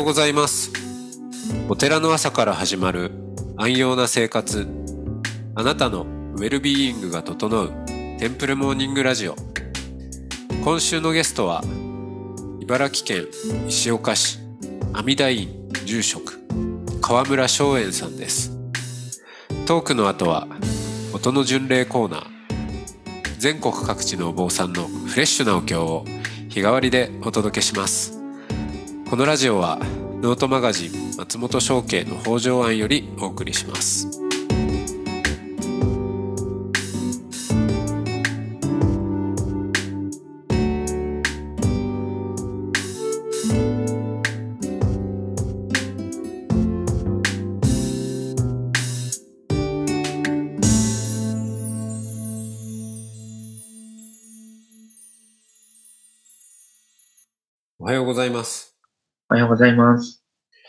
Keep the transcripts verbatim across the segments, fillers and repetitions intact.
ございます。お寺の朝から始まる安養な生活、あなたのウェルビーイングが整うテンプルモーニングラジオ。今週のゲストは茨城県石岡市阿弥陀院住職川村松園さんです。トークの後は音の巡礼コーナー、全国各地のお坊さんのフレッシュなお経を日替わりでお届けします。このラジオはノートマガジン松本商家の北条庵よりお送りします。おはようございます。 おはようございます。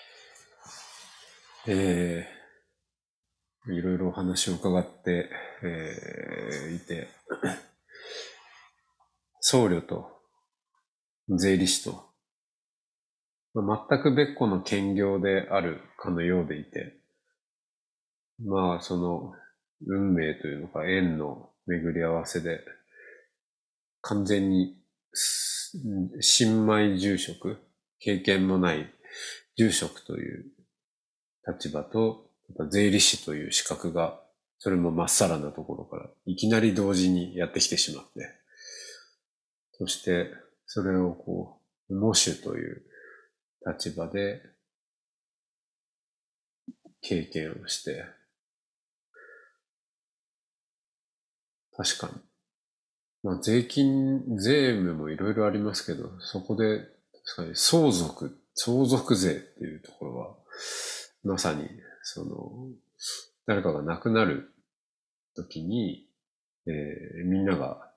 えー、いろいろお話を伺って、えー、いて、僧侶と税理士と、まあ、全く別個の兼業であるかのようでいて、まあその運命というのか縁の巡り合わせで、完全に新米住職、経験もない住職という立場と、税理士という資格が、それもまっさらなところからいきなり同時にやってきてしまって、そしてそれをこう、喪主という立場で経験をして、確かに。まあ税金、税務もいろいろありますけど、そこで、確かに相続、相続税っていうところは、まさに、その、誰かが亡くなるときに、えー、みんなが、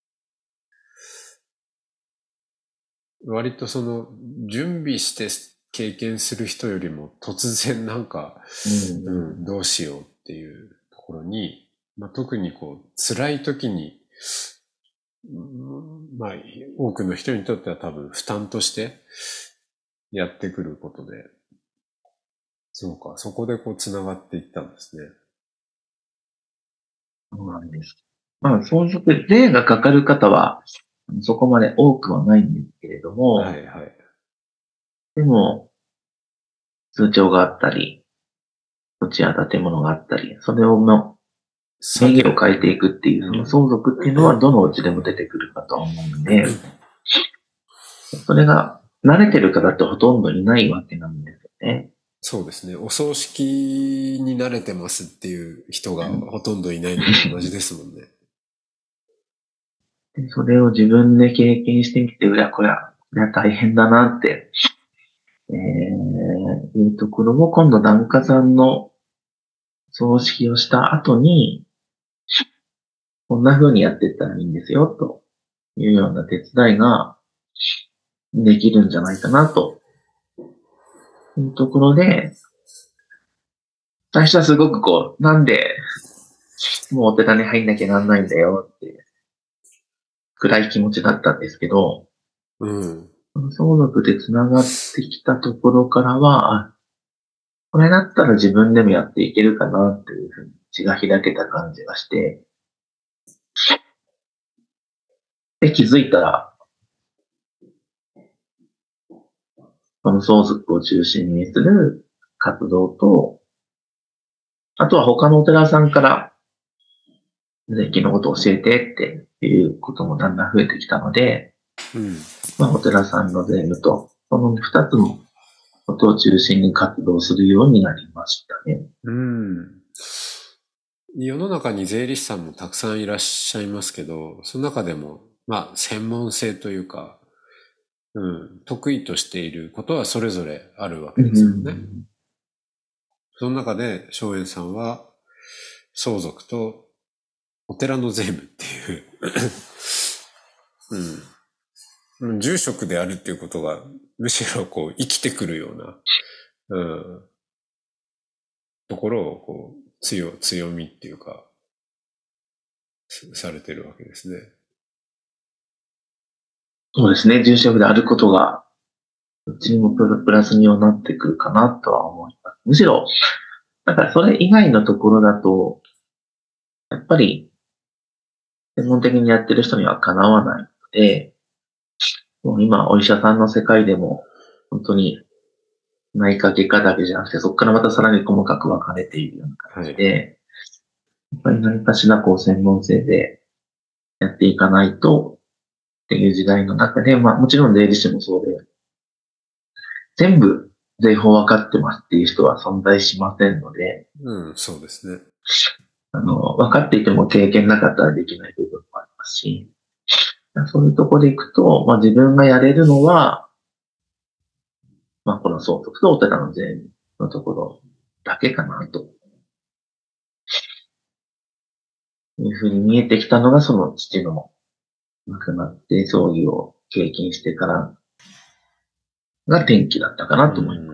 割とその、準備して経験する人よりも突然なんか、うん、うん、どうしようっていうところに、まあ、特にこう、辛い時に、まあ、多くの人にとっては多分負担としてやってくることで、そうか、そこでこう繋がっていったんですね。 そうなんです。まあ、相続税がかかる方は、そこまで多くはないんですけれども、 はいはい。 でも、通帳があったり、土地や建物があったり、それをの名義を変えていくっていう、その相続っていうのはどのうちでも出てくるかと思うので、それが慣れてる方ってほとんどいないわけなんですよね。 そうですね。お葬式に慣れてますっていう人がほとんどいないのと同じですもんね。 でそれを自分で経験してみて、いや、これは、これは大変だなって、えー、いうところを今度檀家さんの葬式をした後に、こんな風にやっていったらいいんですよ、というような手伝いができるんじゃないかな、というところで、最初はすごくこう、なんで、もうお寺に入んなきゃなんないんだよって、暗い気持ちだったんですけど、 うん。 相続で繋がってきたところからは、あ、これだったら自分でもやっていけるかなっていうふうに血が開けた感じがして、で、気づいたら、この相続を中心にする活動と、あとは他のお寺さんから税金のことを教えてっていうこともだんだん増えてきたので、 うん、 まあ、お寺さんの税務と、この二つのことを中心に活動するようになりましたね。 うん。世の中に税理士さんもたくさんいらっしゃいますけど、その中でも、まあ、専門性というか、うん、得意としていることはそれぞれあるわけですよね。その中で、松園さんは、相続とお寺の税務っていう、うん、住職であるっていうことが、むしろこう、生きてくるような、うん、ところを、こう、強、強みっていうか、されてるわけですね。 そうですね。住職であることがどっちにもプラプラスにはなってくるかなとは思います。むしろ、なんかそれ以外のところだと、やっぱり専門的にやってる人にはかなわないので、もう今お医者さんの世界でも本当に内科外科だけじゃなくて、そこからまたさらに細かく分かれているような感じで、はい、やっぱり何かしらこう専門性でやっていかないとっていう時代の中で、まあもちろん税理士もそうで、全部税法分かってますっていう人は存在しませんので、 うん、そうですね。 あの、分かっていても経験なかったらできない部分もありますし、そういうところでいくと、まあ自分がやれるのは、まあこの相続とお寺の税のところだけかなと。いうふうに見えてきたのが、その父の亡くなって葬儀を経験してからが転機だったかなと思います。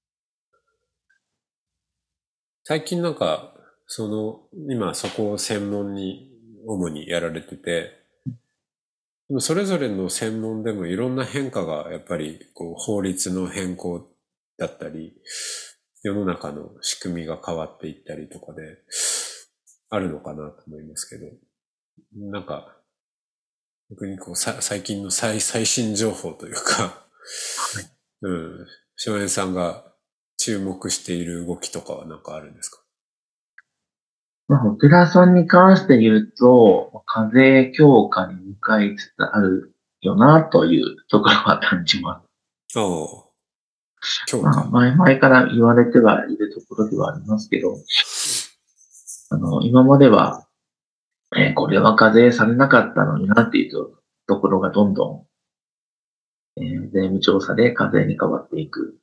最近なんか、その、今そこを専門に主にやられてて、それぞれの専門でもいろんな変化がやっぱりこう法律の変更だったり、世の中の仕組みが変わっていったりとかで、あるのかなと思いますけど、なんか、逆にこうさ最近の最最新情報というか、うん、翔平さんが注目している動きとかは何かあるんですか？ まあ、お寺さんに関して言うと、課税強化に向かいつつあるよなというところは感じます。 お強まあ、 化。 前々から言われてはいるところではありますけど、あの、今までは、えーこれは課税されなかったのになっていうところがどんどん、えー税務調査で課税に変わっていく。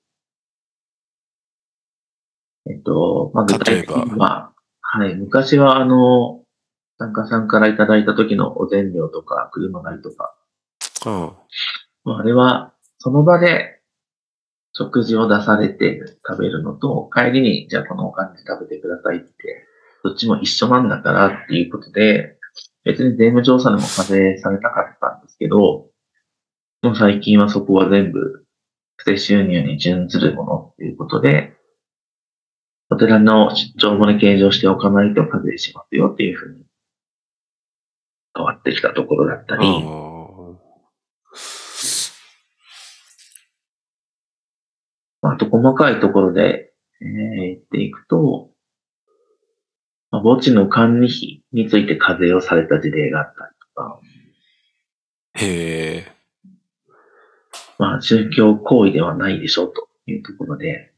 えっと、まあ、具体的には、はい、昔はあの、参加さんからいただいた時のお膳料とか車代とか、 あまあ、あれはその場で食事を出されて食べるのと、帰りにじゃあこのお金で食べてくださいって、どっちも一緒なんだからっていうことで、別に税務調査でも課税されなかったんですけど、もう最近はそこは全部、不正収入に準ずるものっていうことで、お寺の帳簿に計上しておかないと課税しますよっていうふうに変わってきたところだったり、あと細かいところで、えー、言っていくと、まあ、墓地の管理費について課税をされた事例があったりとか、 へえ。 まあ宗教行為ではないでしょうというところで、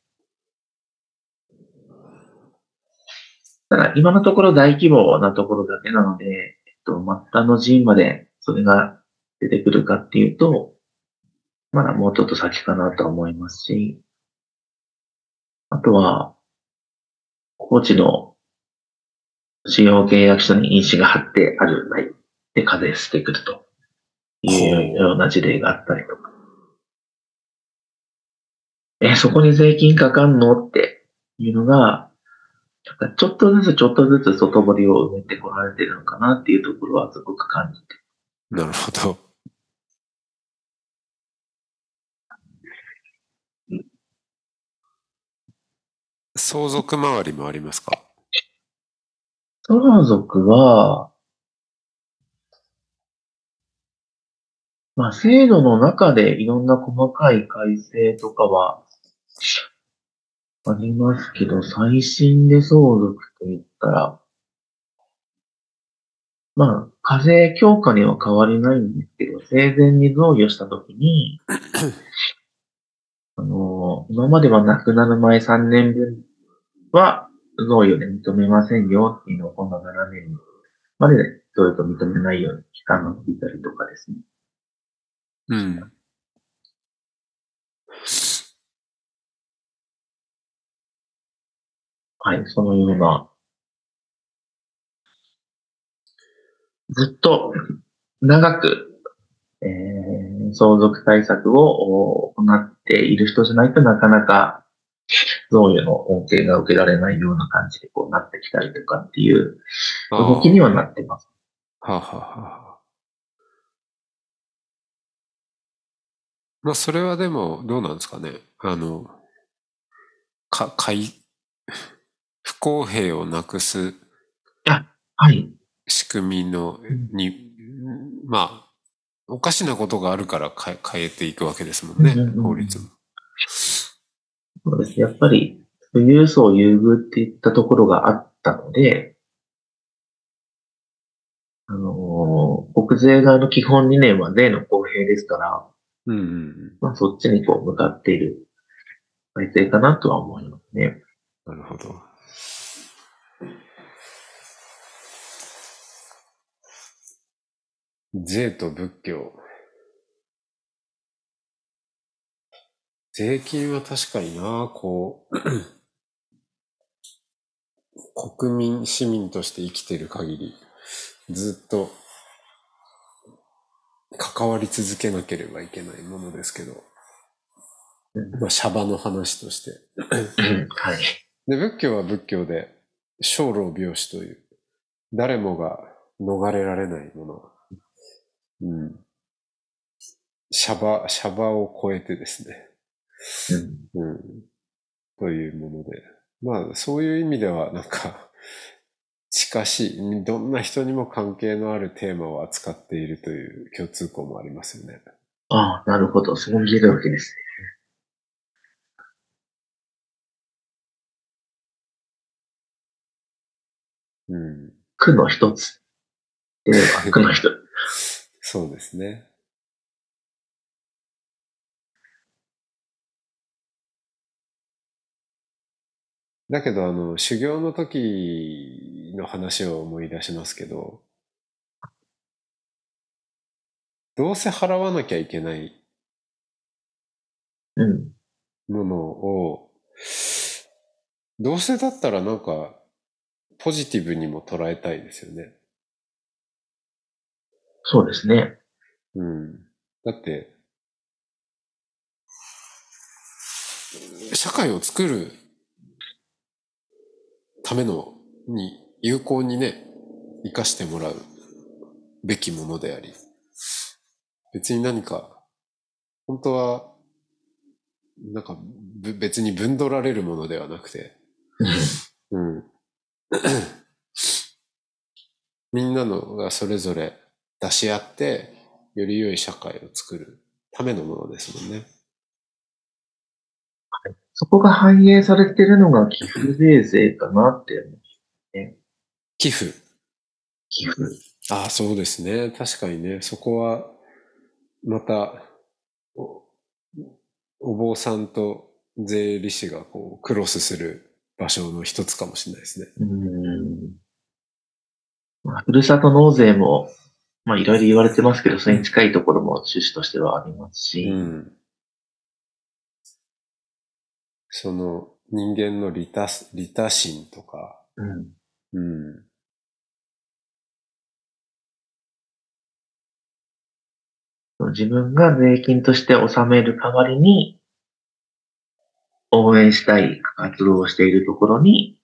ただ今のところ大規模なところだけなので、えっと、末端の寺院までそれが出てくるかっていうと、まだもうちょっと先かなと思いますし、あとは、高知の使用契約書に印紙が貼ってあるないで課税してくるというような事例があったりとか。え、そこに税金かかんのっていうのが、ちょっとずつちょっとずつ外堀を埋めてこられてるのかなっていうところはすごく感じて。 なるほど。相続回りもありますか？ 相続は、まあ、制度の中でいろんな細かい改正とかはありますけど、最新で相続と言ったら、まあ、課税強化には変わりないんですけど、生前に贈与したときに、あの、今までは亡くなる前さんねんぶんは贈与で認めませんよっていうのを今度ななねんまで贈与と認めないように期間が伸びたりとかですね。 うん。 はい、そのような、ずっと長く、えー、相続対策を行っている人じゃないとなかなか贈与の恩恵が受けられないような感じでこうなってきたりとかっていう動きにはなってます。 はあ、はあはあ、 まあ、それはでも、どうなんですかね。あの、か、かい、不公平をなくすあ、はい。 仕組みの、 うん、 に、まあ、おかしなことがあるから変え変えていくわけですもんうん、うん、 ね、 うん。 法律も。 そうですね。やっぱり、富裕層優遇っていったところがあったので、あのー国税側の基本理念は税の公平ですから、 うんうんうん。 まあ、そっちにこう向かっている改正かなとは思いますね。 なるほど。税と仏教。税金は確かにな、こう、国民、市民として生きてる限り、ずっと関わり続けなければいけないものですけど、 うん、 まあ、シャバの話として。 はい。 で、仏教は仏教で、生老病死という、誰もが逃れられないもの。うん。シャバ、シャバを超えてですね。 うん、 うん。というもので。まあ、そういう意味では、なんか、近しい、どんな人にも関係のあるテーマを扱っているという共通項もありますよね。 ああ、なるほど。そう見えるわけですうん。 ね。苦の一つ。では、苦の一つ。 そうですね。だけど、あの、修行の時の話を思い出しますけど、どうせ払わなきゃいけないうん。 ものを、どうせだったらなんか、ポジティブにも捉えたいですよね。 そうですね。 うん。だって、社会を作るための、に、有効にね、生かしてもらうべきものであり、別に何か、本当は、なんか、別に分取られるものではなくて、 うん。 うん。みんなのがそれぞれ出し合って、より良い社会を作るためのものですもんね。 そこが反映されているのが寄付税制かなって思うね。 寄付。 寄付。 ああ、そうですね。確かにね。そこは、また、お、お坊さんと税理士がこう、クロスする場所の一つかもしれないですね。 うん。まあ、ふるさと納税も、まあ、いろいろ言われてますけど、それに近いところも趣旨としてはありますし、 うん。その人間の利他、利他心とか、 うん。 うん。 自分が税金として納める代わりに、応援したい活動をしているところに、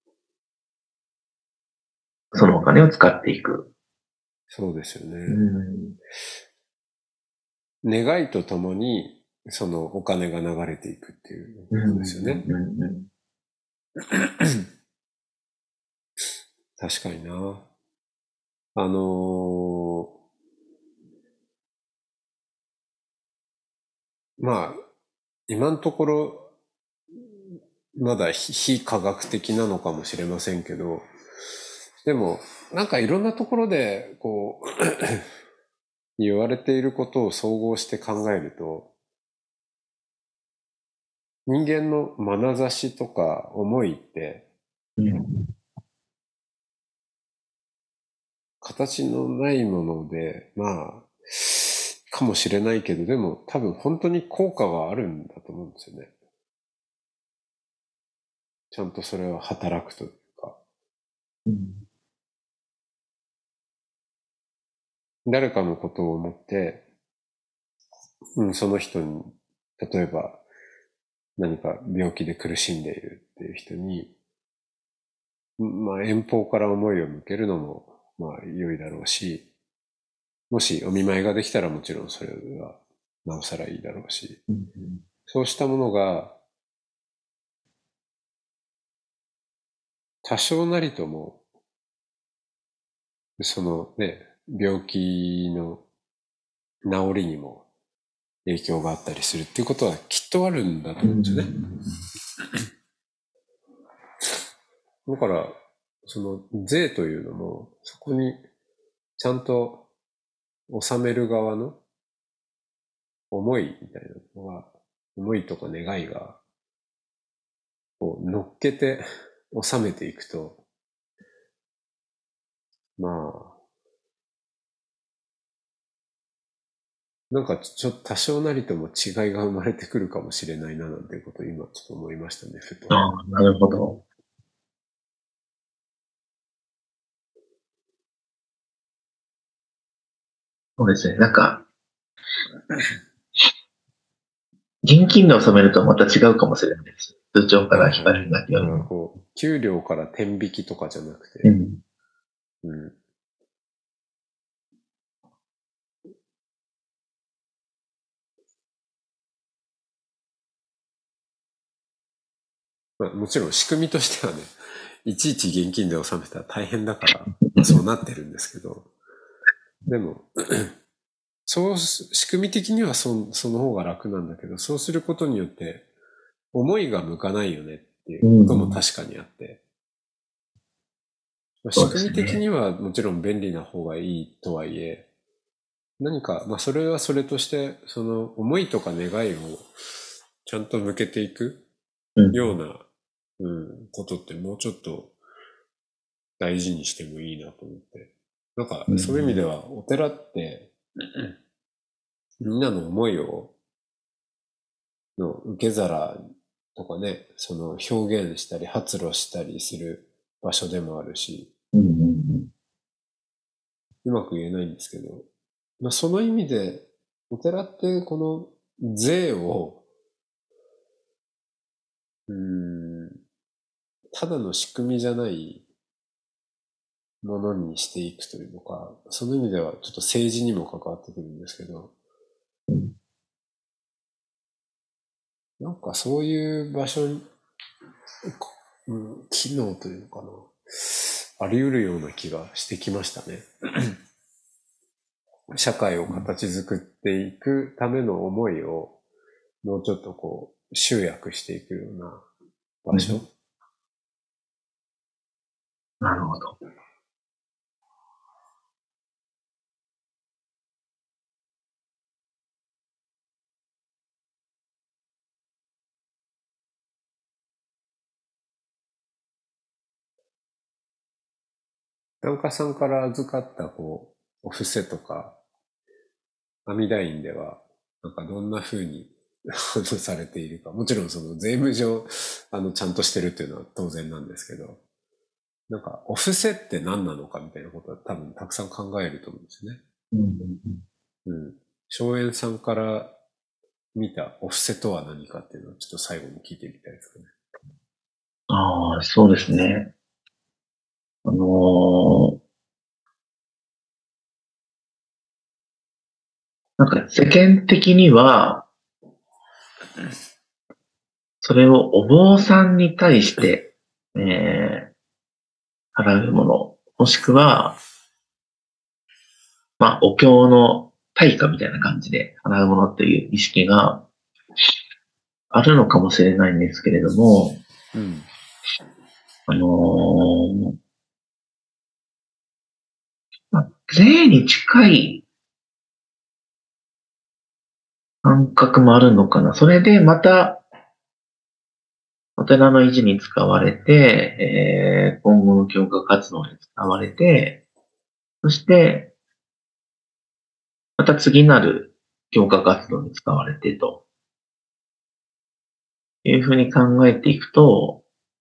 そのお金を使っていく。 そうですようね。 ん。 願いとともに、そのお金が流れていくっていううん。 ことですよね。 うん。うん。 確かにな。あのーまあ、今のところ、まだ非非科学的なのかもしれませんけど、でも、なんかいろんなところで、こう、言われていることを総合して考えると、人間の眼差しとか思いって、 うん。 形のないもので、まあ、かもしれないけど、でも多分本当に効果があるんだと思うんですよね。ちゃんとそれは働くというか。 うん。 誰かのことを思って、うん、その人に、例えば何か病気で苦しんでいるっていう人に、まあ遠方から思いを向けるのも、まあ良いだろうし、もしお見舞いができたらもちろんそれはなおさらいいだろうし、 うん、 そうしたものが、多少なりとも、そのね、病気の治りにも影響があったりするっていうことはきっとあるんだと思うんですよね。だから、その税というのも、そこにちゃんと納める側の思いみたいなのが、思いとか願いが、こう乗っけて納めていくと、まあ、なんかちょっと多少なりとも違いが生まれてくるかもしれないななんていうことを今ちょっと思いましたね、ふと。 ああ、なるほど。そうですね。なんか、現金で納めるとまた違うかもしれないです。通帳から引かれるだけよりも。 こう、給料から天引きとかじゃなくて、 うん。 うん。まあ、もちろん仕組みとしてはね、いちいち現金で納めたら大変だから、まあ、そうなってるんですけど、でも、そう、仕組み的にはそその方が楽なんだけど、そうすることによって、思いが向かないよねっていうことも確かにあって、まあ、 そう仕組み的ですね。 にはもちろん便利な方がいいとはいえ、何か、まあそれはそれとして、その思いとか願いをちゃんと向けていくうん。 ような、うん、ことってもうちょっと大事にしてもいいなと思って。なんか、 うん、 そういう意味では、お寺って、みんなの思いを、の受け皿とかね、その表現したり発露したりする場所でもあるし、 うん、うん、 うまく言えないんですけど、まあ、その意味で、お寺ってこの税を、うーん、ただの仕組みじゃないものにしていくというのか、その意味ではちょっと政治にも関わってくるんですけど、 うん。 なんかそういう場所に、うん、機能というのかな、あり得るような気がしてきましたね。社会を形作っていくための思いを、もうちょっとこう、集約していくような場所。 うん、なるほど。 檀家さんから預かったこう、お布施とか、阿弥陀院では、なんかどんな風に反応されているか。もちろんその税務上、あの、ちゃんとしてるっていうのは当然なんですけど、なんか、お布施って何なのかみたいなことは多分たくさん考えると思うんですね。 うん、うん、 うん。荘園さんから見たお布施とは何かっていうのをちょっと最後に聞いてみたいですかね。 ああ、そうですね。あのーなんか世間的には、それをお坊さんに対して、えー、払うもの、もしくは、まあ、お経の対価みたいな感じで払うものっていう意識があるのかもしれないんですけれども、 うん。 あのーまあ、税に近い感覚もあるのかな。それでまた、お寺の維持に使われて、えー、今後の教化活動に使われて、そして、また次なる教化活動に使われてというふうに考えていくと、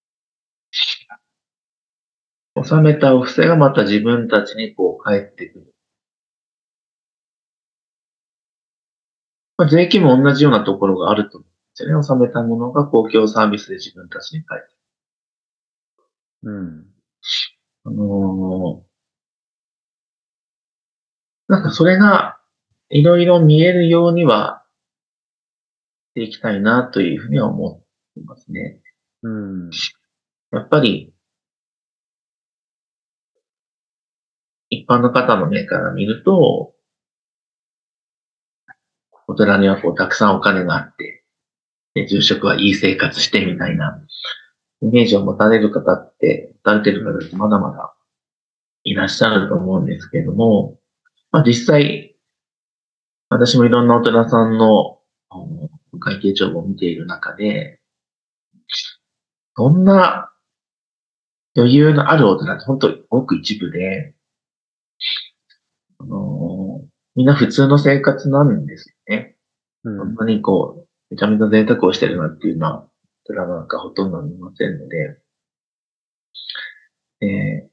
納めたお布施がまた自分たちにこう返ってくる。まあ、税金も同じようなところがあると思うんですよね。納めたものが公共サービスで自分たちに返ってくる。 うん。 あのーなんかそれがいろいろ見えるようにはていきたいなというふうには思っていますね。 うん。 やっぱり、一般の方の目から見ると、大人にはこうたくさんお金があって、で住職はいい生活してみたいなイメージを持たれる方って、持たれてる方ってまだまだいらっしゃると思うんですけれども、まあ実際、私もいろんな大人さんのあの会計帳簿を見ている中で、そんな余裕のある大人って本当にごく一部で、あのーみんな普通の生活なんですよね。 うん。 そんなにこう、めちゃめちゃ贅沢をしてるなっていうのは、大人なんかほとんど見ませんので、え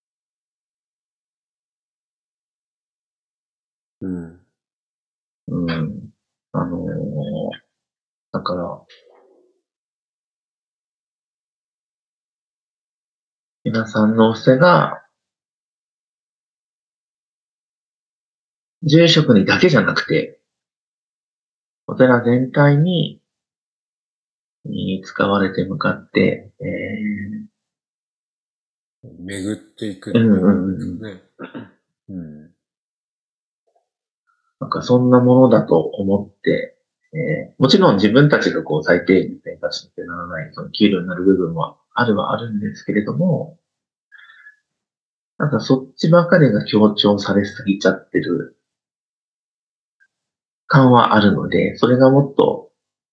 うん。 ーうん、あのーだから、皆さんのお布施が、住職にだけじゃなくて、お寺全体にに使われて向かって、え巡っていくっー、うんていううんうん。 ね。うん。 なんかそんなものだと思って、えー、もちろん自分たちがこう最低限生活してならない、その給料になる部分はあるはあるんですけれども、なんかそっちばかりが強調されすぎちゃってる感はあるので、それがもっと、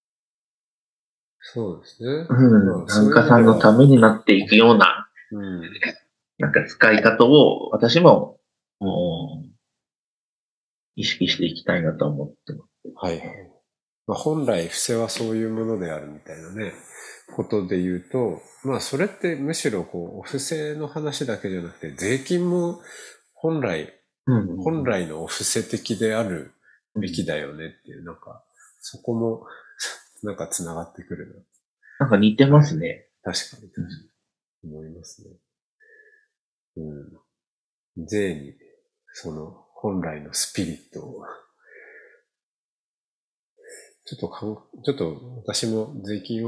そうですね。 うん、 まあ、そういう意檀家さんのた味では、 めになっていくような、 うん。 なんか使い方を私も、うん意識していきたいなと思ってます。 はいはい。まあ、本来、伏せはそういうものであるみたいなね、ことで言うと、まあ、それってむしろ、こう、お布施の話だけじゃなくて、税金も本来、 うんうん本来のお布施的であるうん、 べきだよねっていう、なんか、そこも、なんか繋がってくるなんか似てな。はい。 ますね。 確かに、確かうん、 に。思いますね。うん。税に、その、本来のスピリットを、ちょっとかん、ちょっと私も税金を、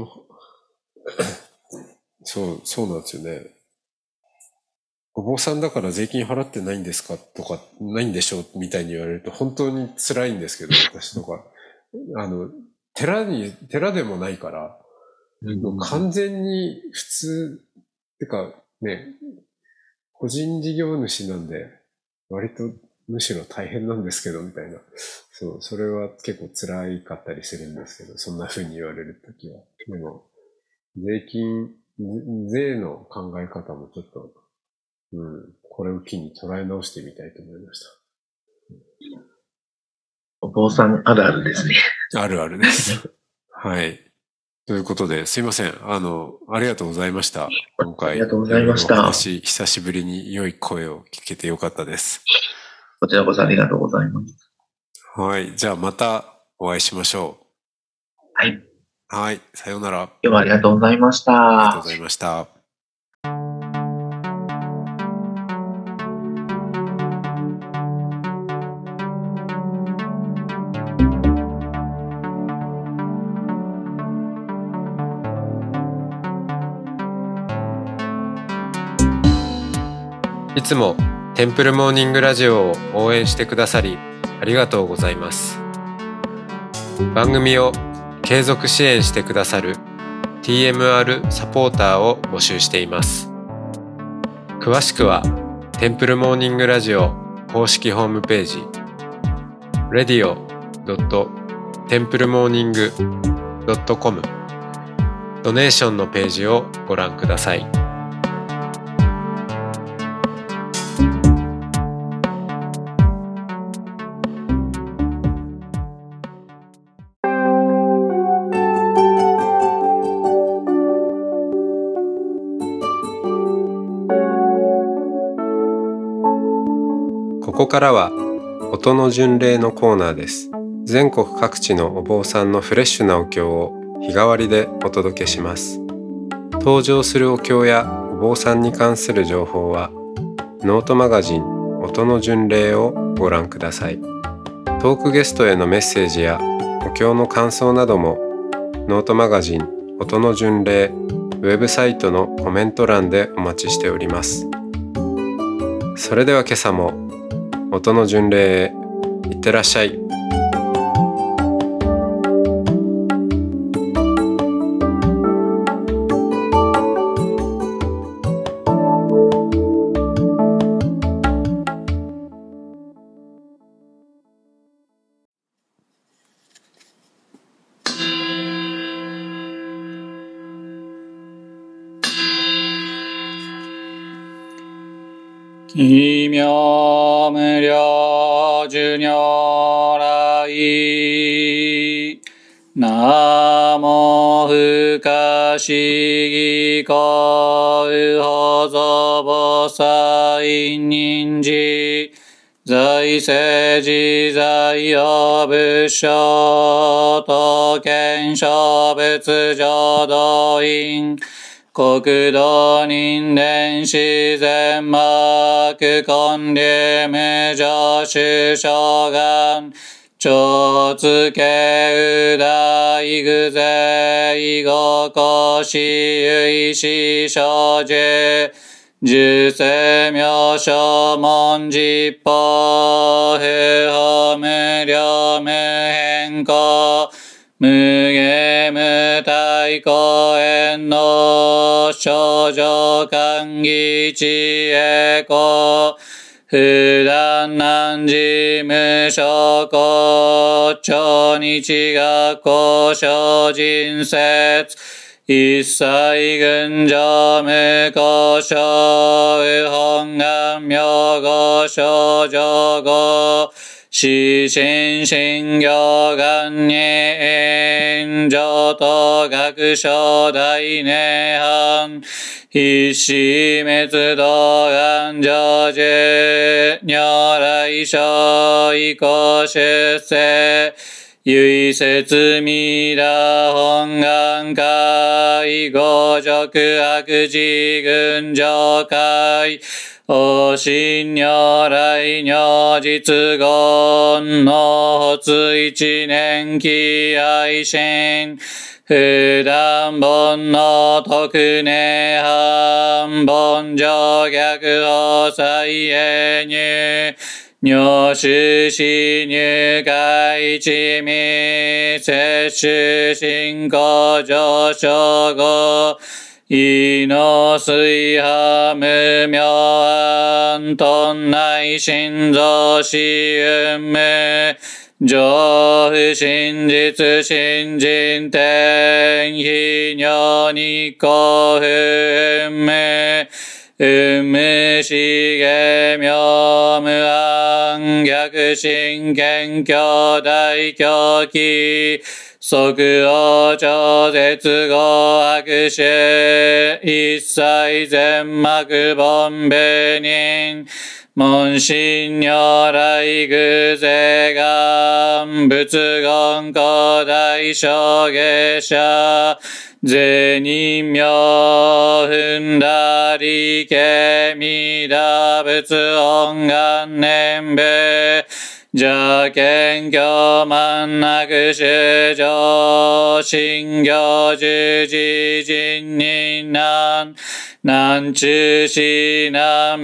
そう、そうなんですよね。お坊さんだから税金払ってないんですかとか、ないんでしょうみたいに言われると本当に辛いんですけど、私とか。あの、寺に、寺でもないから、 うんうんもう完全に普通、てかね、個人事業主なんで、割とむしろ大変なんですけど、みたいな。そう、それは結構辛いかったりするんですけど、そんな風に言われるときは。でも、税金、税の考え方もちょっと、うん、これを機に捉え直してみたいと思いましお坊さんあるあるですね。 た。あるあるです。はい。ということで、すいません。あの、ありがとうございました。今あり回、 がとうございいろいろおました。 話、久しぶりに良い声を聞けてよかったです。 こちらこそありがとうございます。 はい。じゃあまたお会いしましょはい。 う。はい。さようなら。あ今日はありがとうございました。 りがとうございました。いつもテンプルモーニングラジオを応援してくださりありがとうございます。番組を継続支援してくださる ティーエムアール サポーターを募集しています。詳しくはテンプルモーニングラジオ公式ホームページ レディオ ドット テンプルモーニング ドット コム ドネーションのページをご覧ください。ここからは音の巡礼のコーナーです。全国各地のお坊さんのフレッシュなお経を日替わりでお届けします。登場するお経やお坊さんに関する情報はノートマガジン音の巡礼をご覧ください。トークゲストへのメッセージやお経の感想などもノートマガジン音の巡礼ウェブサイトのコメント欄でお待ちしております。それでは今朝も音の巡礼へいってらっしゃい。 奇妙無量寿如来。南無不可思議光右法蔵菩薩人事。在世自在用仏性と見性仏浄土院。国土人伝自然幕根流無常種諸願超つけう大具税五個子唯子小樹十世名称文実法不法無量無変更無下無体公園の少女歓喜知恵子不断難事無所故超日学校小人説一切群上無故障右本願名号少女語死心心行願に上等学書大涅槃必死滅道願成就如来所以降出世唯説弥陀本願会五辱悪事群上会お心如来如実言の発一年期愛心普段本の特涅槃本上逆法再永入入手死入会一味摂取進行上昇後異の水波無明暗頓内心臓死運無上不真実真人天非如日光不運無運無思下妙無暗逆心謙虚大狂気即応超絶後悪臭一切全幕本部人門心如来偶税願仏言古代小下者税人名踏んだりけみだ仏音願念部邪見教満なく主上信行十字人人難難中止難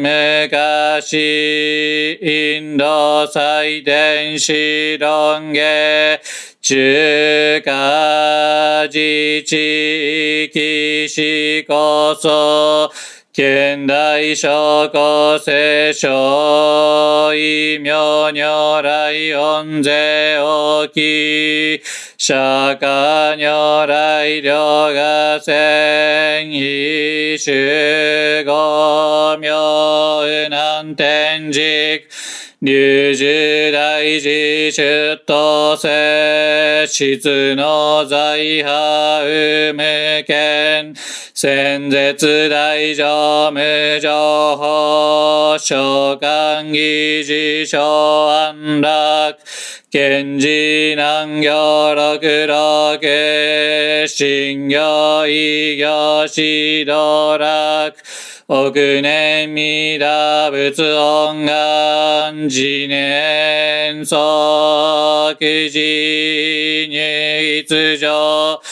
昔インド祭典史論下中華自治域史こそ現代諸古聖書異名如来恩税大き釈迦如来両が千異種五名南天竺龍樹大寺出頭世質の財派有無権先絶大乗無情報召喚議事小安楽賢治難行六六信行異行指導楽億年弥陀仏音願自念即時入一上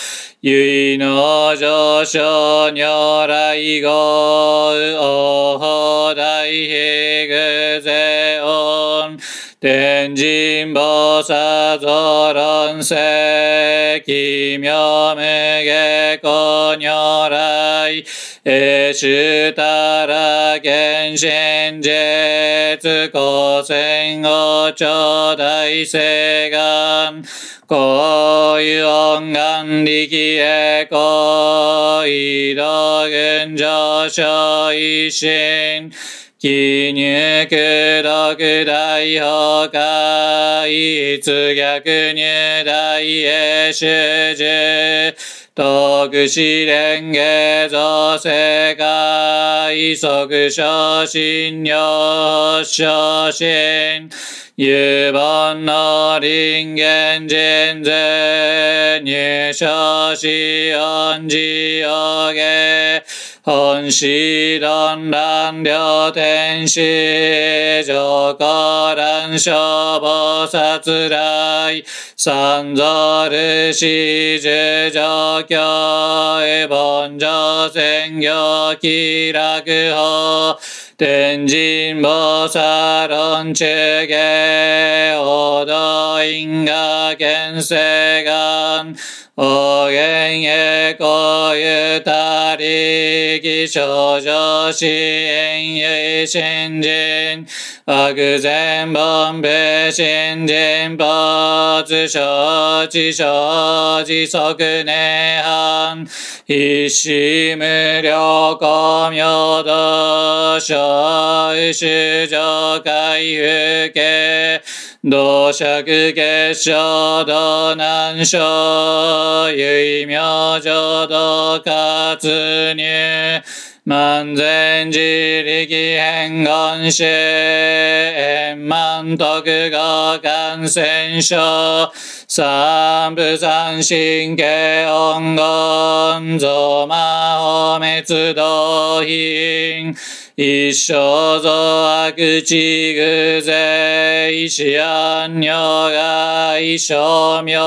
唯の上昇如来語お法大悲具世音天神菩薩増論世奇妙無下古如来えしたら見心術古戦後頂大誓願こういう音願力へこ移動群上昇一心記入苦毒大崩壊一逆入大へ主従徳試練下造世界即昇進量昇進有本の人間人税入昇し恩寺を下本師論乱両天使上皇乱消菩薩来三蔵ルシ十上教へ凡上宣教気楽法天神菩薩論中下王道因果見世願お元へこゆたりき少女支援ゆい新人悪善凡部新人没承知承知即涅槃必死無量光明道小主上回復系同釈結晶道難所唯明浄道活入万全自力変言主円満徳合感染症三部三神経音言増魔法滅道品一生増悪地偶税死安如外生妙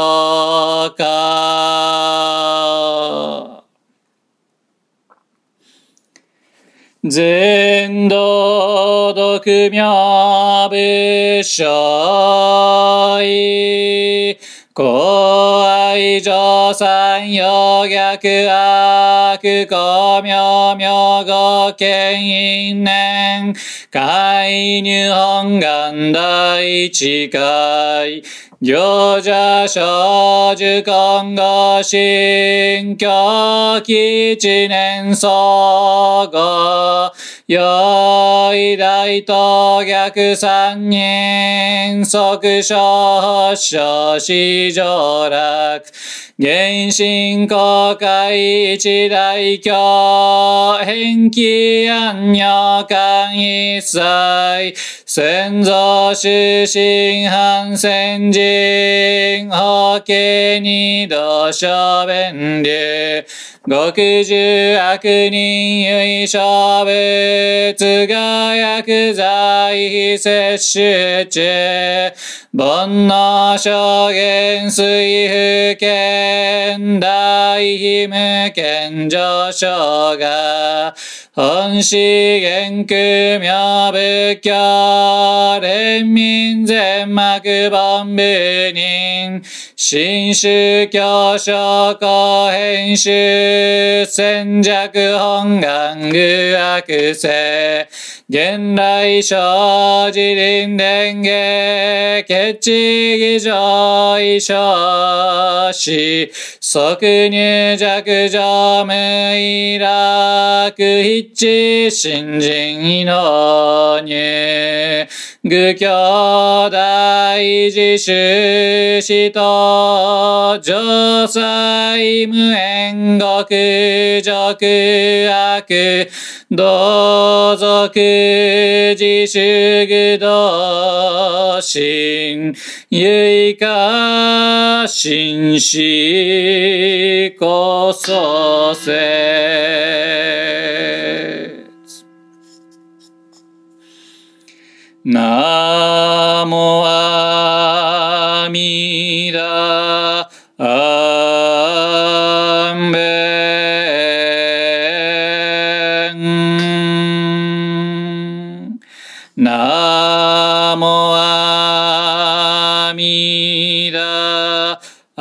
化全道独妙仏所依公愛上三陽逆悪公明明語見因縁介入本願第一回行者小樹今後新教基一年相互よい大と逆三人即小小子上楽原神公開一大教返帰安女間一切先祖出身反先人法華二度小弁流極重悪人唯小仏が薬剤摂取中煩悩諸言水不見大非無見上昇が本資源空妙仏教連民全幕本部人新宗教諸公編集戦弱本願具悪性現来生自輪伝下決知儀上異生死即入弱上無意楽一致新人異能入愚教大自主使徒上妻無縁極辱悪同族自主愚道心唯か心死こそせナモアミダアナモアミダ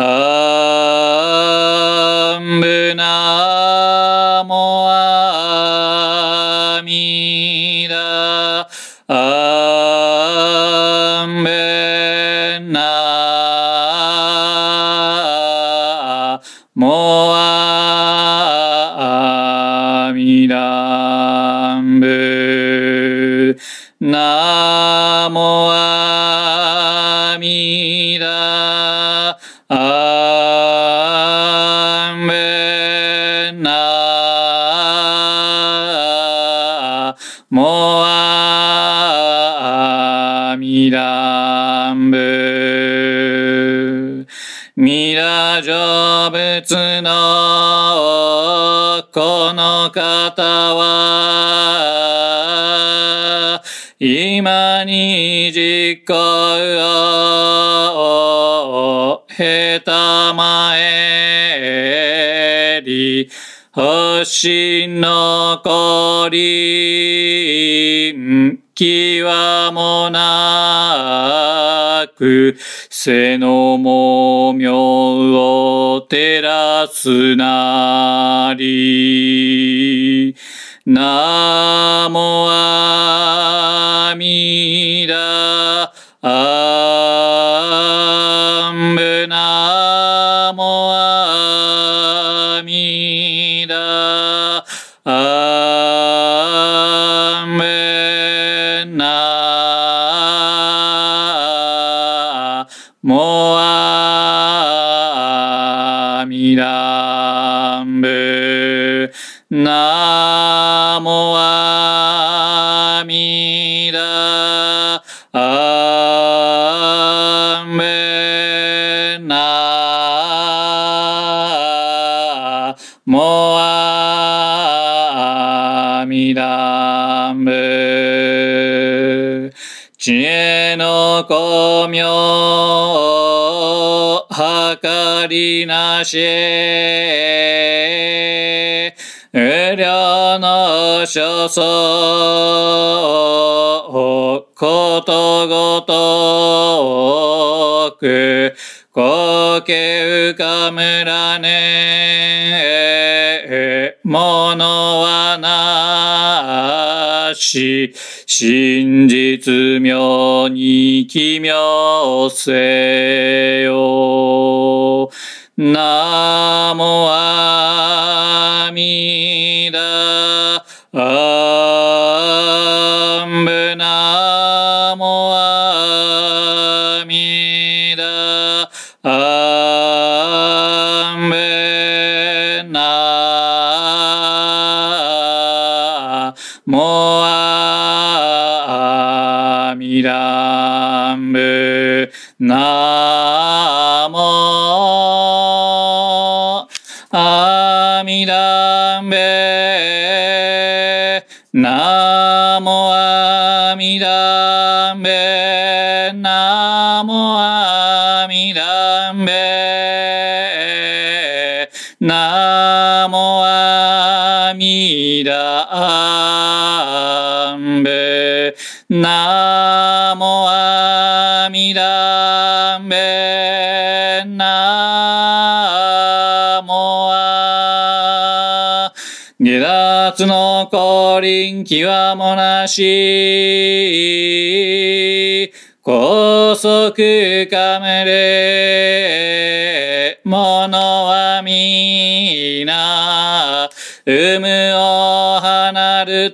アンブナモアミダアンベナモアミダンブナモアミダアンベナモアミダンブミラ成仏のこの方は今に実行を経たまえり星残り際もなく背のもみょを照らすなりナモアミダアンブナモアミダアンベナモアミダンブナモアミダアンベナモアミダンブ知恵の光明計りなし無量の所相ことごとく光景浮かむらねものはなし真実妙に奇妙せよナモアミダアンブナモアミダアンベナモアミダンブナモアミダンベナモアミダンベナモアミダンベナモアミダンベナモアミダンベナモア下脱の降臨極もなし高速かめれものはみな有無を離る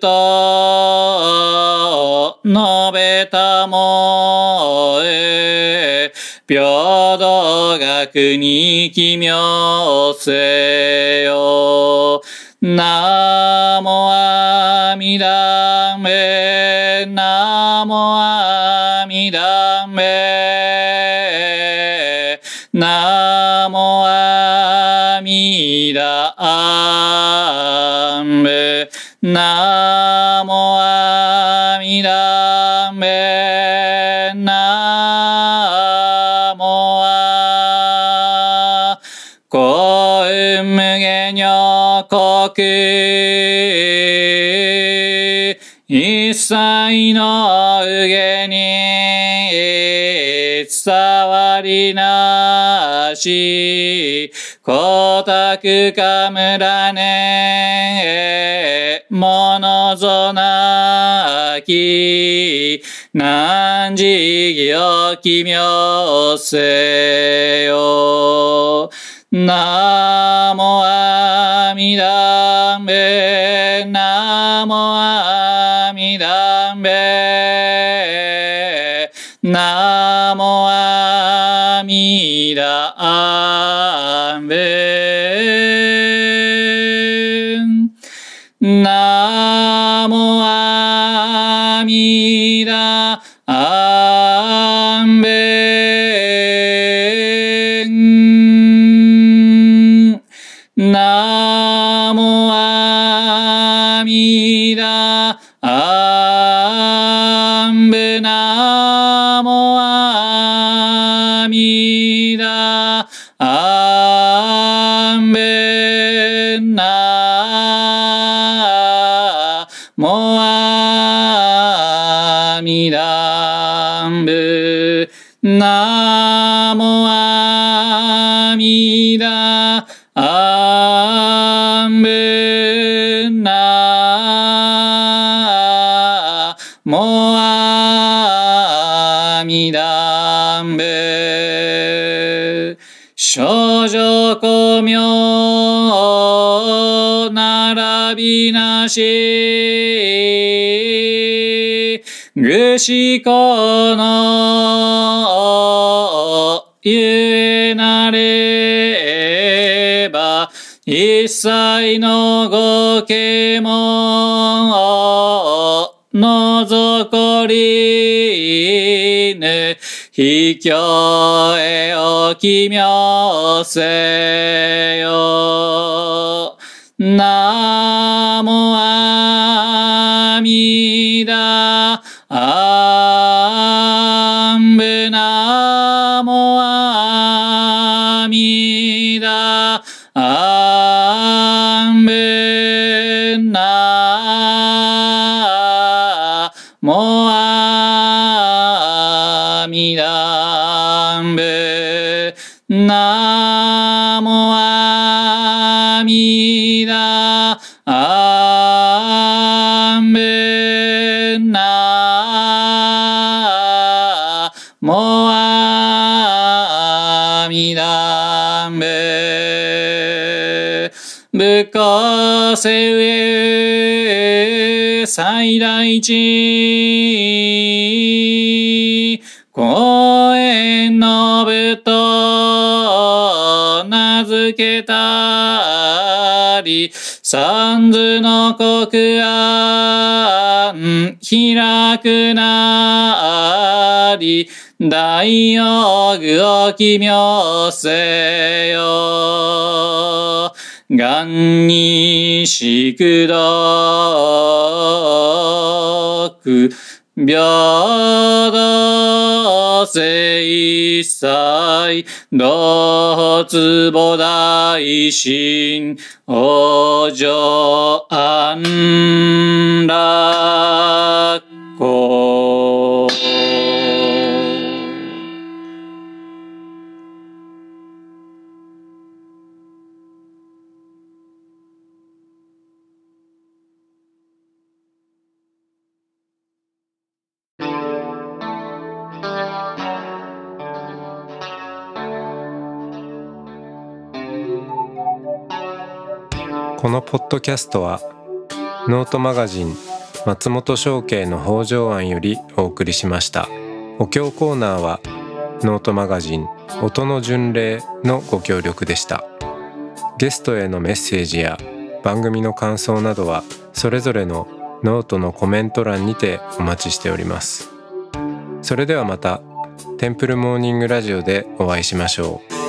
と述べたもえ平等学に奇妙せよナモアミダンベナモアミダンベナモアミダンベナモアミダンベナモア幸運無限女国一切神の上に伝わりなし、光沢かむらねものぞなき、何時義奇妙せよ。ナモアミダンベ、ナモアミダンベ、ナモアミダンベ、ナモアミダンベ、ナモアミダンベ、ナモアミダンベ、ナモアミダンベ、ナモアミダアンベ、ナモアミダンベ、少女光明並びなし、ぐしこのゆえなれば、一切のご啓蒙をのぞこりぬ、秘境へお奇妙せよ。ナモアミダアンベ、ナモアミダアンベ、ナモアミダンベ、ナモアミダアンベ、ナモアミダンベ、仏法せうえ最大地、公園の仏と名付けたり、三途の国安開くなり、大用具を奇妙せよ。願に宿読平等性際同つ菩提心往生安楽国。 このポッドキャストはノートマガジン松本正慶の北条庵よりお送りしました。お経コーナーはノートマガジン音の巡礼のご協力でした。ゲストへのメッセージや番組の感想などはそれぞれのノートのコメント欄にてお待ちしております。それではまたテンプルモーニングラジオでお会いしましょう。